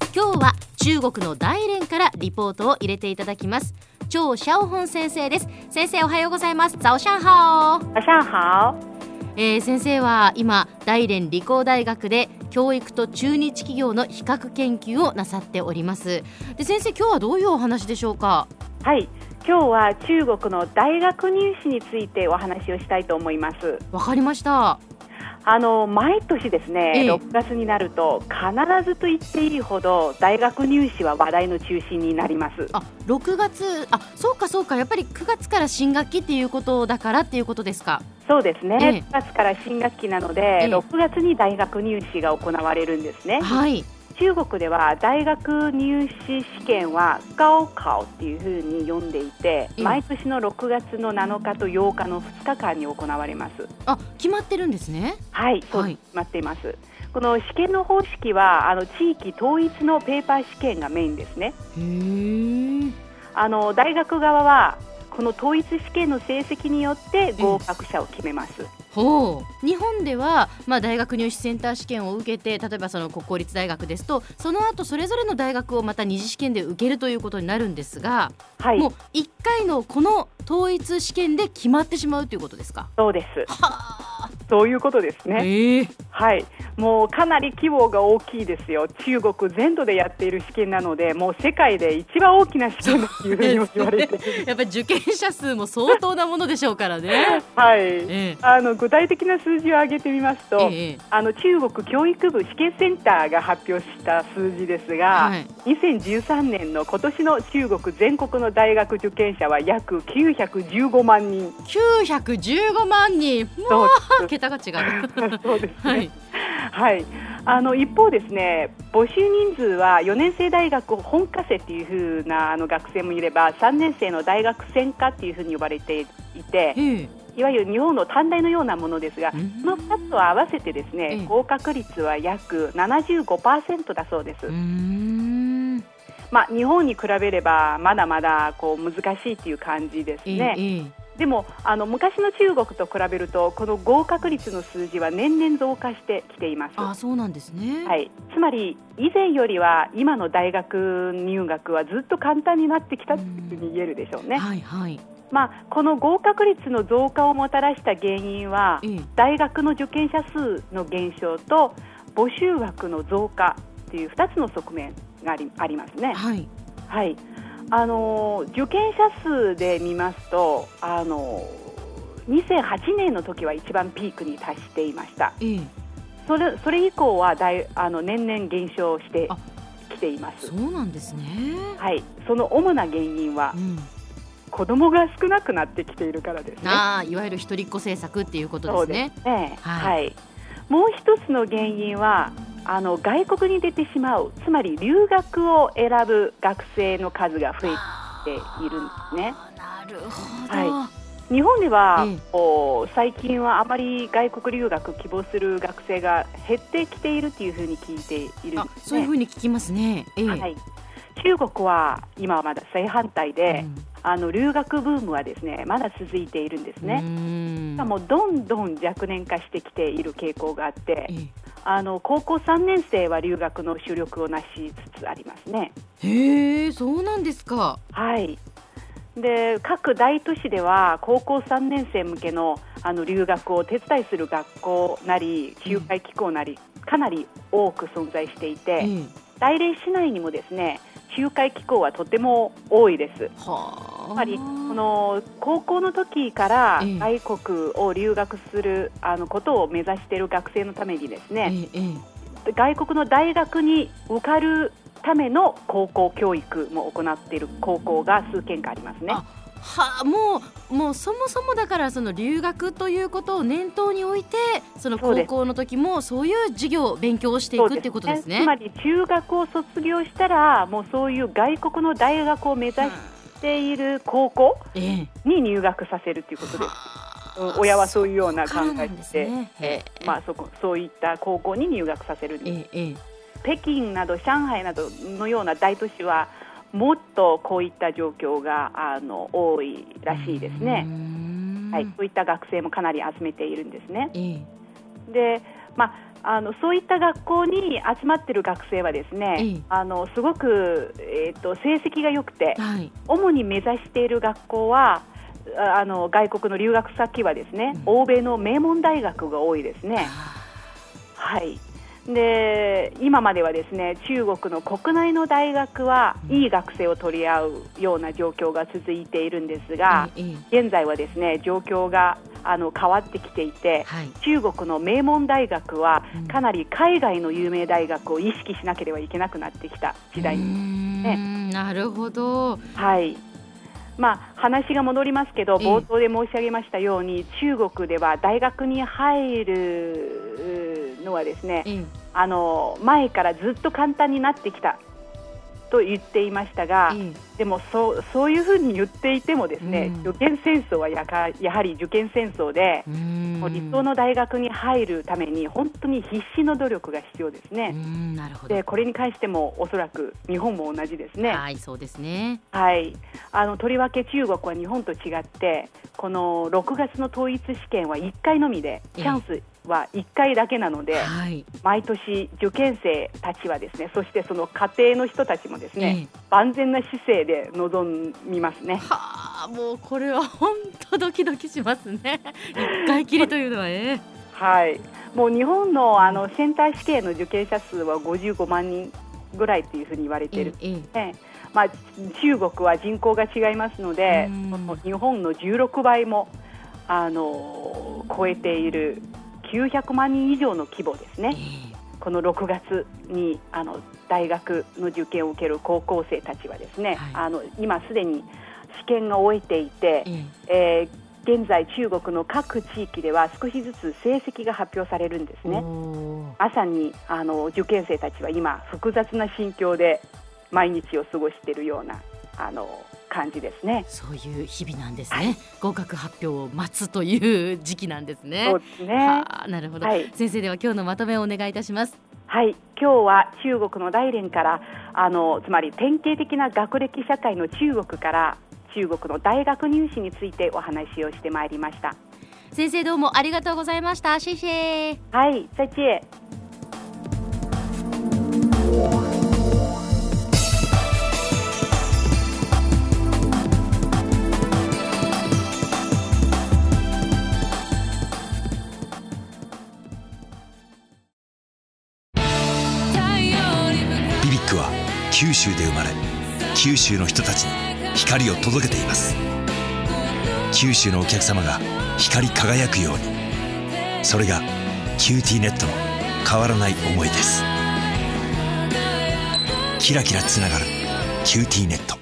今日は中国の大連からリポートを入れていただきます。張小本先生です。先生、おはようございます。早上好。 早上好。 先生は今大連理工大学で教育と駐日企業の比較研究をなさっております。で、先生、今日はどういうお話でしょうか？ はい、今日は中国の大学入試についてお話をしたいと思います。 わかりました。 毎年ですね、6月になると必ずと言っていいほど大学入試は話題の中心になります。 6月、そうか、やっぱり9月から新学期っていうことだからっていうことですか？ そうですね、9月から新学期なので、6月に大学入試が行われるんですね。 はい。 中国では大学入試試験は高考っていうふうに呼んでいて、毎年の6月の7日と8日の2日間に行われます。 決まってるんですね。 はい、そう、決まっています。この試験の方式は地域統一のペーパー試験がメインですね。大学側はこの統一試験の成績によって合格者を決めます。 日本では、大学入試センター試験を受けて、例えばその国公立大学ですと、その後それぞれの大学をまた二次試験で受けるということになるんですが、もう1回のこの統一試験で決まってしまうということですか？ そうです。そういうことですね。はい、もうかなり規模が大きいですよ。中国全土でやっている試験なので、もう世界で一番大きな試験というふうに言われているやっぱり受験者数も相当なものでしょうからね。 はい、具体的な数字を挙げてみますと、中国教育部試験センターが発表した数字ですが、2013年の今年の中国全国の大学受験者は約915万人。 915万人、もう桁が違う。 そうですね。はい、一方ですね、募集人数は4年生大学本科生っていう風な学生もいれば、3年生の大学専科っていう風に呼ばれていて、いわゆる日本の短大のようなものですが、その2つを合わせてですね、合格率は約 75% だそうです。日本に比べればまだまだ難しいっていう感じですね。でも昔の中国と比べると、この合格率の数字は年々増加してきています。 そうなんですね。 はい、つまり以前よりは今の大学入学はずっと簡単になってきたというふうに言えるでしょうね。この合格率の増加をもたらした原因は、大学の受験者数の減少と募集枠の増加という2つの側面がありますね。はい、受験者数で見ますと、2008年の時は一番ピークに達していました。それ以降は年々減少してきています。 そうなんですね。 はい、その主な原因は、子供が少なくなってきているからですね。 いわゆる一人っ子政策っていうことですね。 そうですね。はい、もう一つの原因は外国に出てしまう、つまり留学を選ぶ学生の数が増えているんですね。 なるほど。 日本では、最近はあまり外国留学希望する学生が減ってきているというふうに聞いているんですね。 そういうふうに聞きますね。 中国は今はまだ正反対で、留学ブームはですね、まだ続いているんですね。しかもどんどん若年化してきている傾向があって、高校3年生は留学の主力をなしつつありますね。 そうなんですか。 はい。で、各大都市では高校3年生向けの留学を手伝いする学校なり仲介機構なり、かなり多く存在していて、大連市内にもですね、仲介機構はとても多いです。つまりこの高校の時から外国を留学することを目指している学生のためにですね、外国の大学に受かるための高校教育も行っている高校が数件かありますね。 もうそもそもだから、その留学ということを念頭に置いて、その高校の時もそういう授業勉強をしていくっていうことですね。 つまり中学を卒業したら、もうそういう外国の大学を目指している高校に入学させるということです。親はそういうような考えで、そういった高校に入学させるんです。北京など上海などのような大都市はもっとこういった状況が多いらしいですね。そういった学生もかなり集めているんですね。で、 そういった学校に集まっている学生はですね、すごく、成績が良くて、はい、主に目指している学校は外国の留学先はですね、欧米の名門大学が多いですね。はい。で今まではですね、中国の国内の大学はいい学生を取り合うような状況が続いているんですが、現在はですね、状況が変わってきていて、はい、中国の名門大学はかなり海外の有名大学を意識しなければいけなくなってきた時代に、ね、 なるほど。 はい。話が戻りますけど、冒頭で申し上げましたように、中国では大学に入るのはですね、前からずっと簡単になってきたと言っていましたが、でもそういうふうに言っていてもですね、受験戦争はやはり受験戦争で、もう理想の大学に入るために本当に必死の努力が必要ですね。 なるほど。 でこれに関してもおそらく日本も同じですね。 はい、そうですね。 はい。とりわけ中国は日本と違って、この6月の統一試験は1回のみで、チャンスは1回だけなので、毎年受験生たちはですね、そしてその家庭の人たちもですね、万全な姿勢で臨みますね。 もうこれは本当ドキドキしますね。1回きりというのははい。もう日本のセンター試験の受験者数は55万人ぐらいというふうに言われている、中国は人口が違いますので、日本の16倍も超えている900万人以上の規模ですね。この6月に大学の受験を受ける高校生たちはですね、今すでに試験が終えていて、現在中国の各地域では少しずつ成績が発表されるんですね。まさに受験生たちは今複雑な心境で毎日を過ごしているような感じですね。 そういう日々なんですね、はい、合格発表を待つという時期なんですね。 そうですね。 なるほど、先生では今日のまとめをお願いいたします。 はい、今日は中国の大連からつまり典型的な学歴社会の中国から中国の大学入試についてお話をしてまいりました。 先生どうもありがとうございました。謝謝。 はい、再见。 ビビックは九州で生まれ、九州の人たちに光を届けています。九州のお客様が光り輝くように、それがキューティーネットの変わらない思いです。キラキラつながるキューティーネット。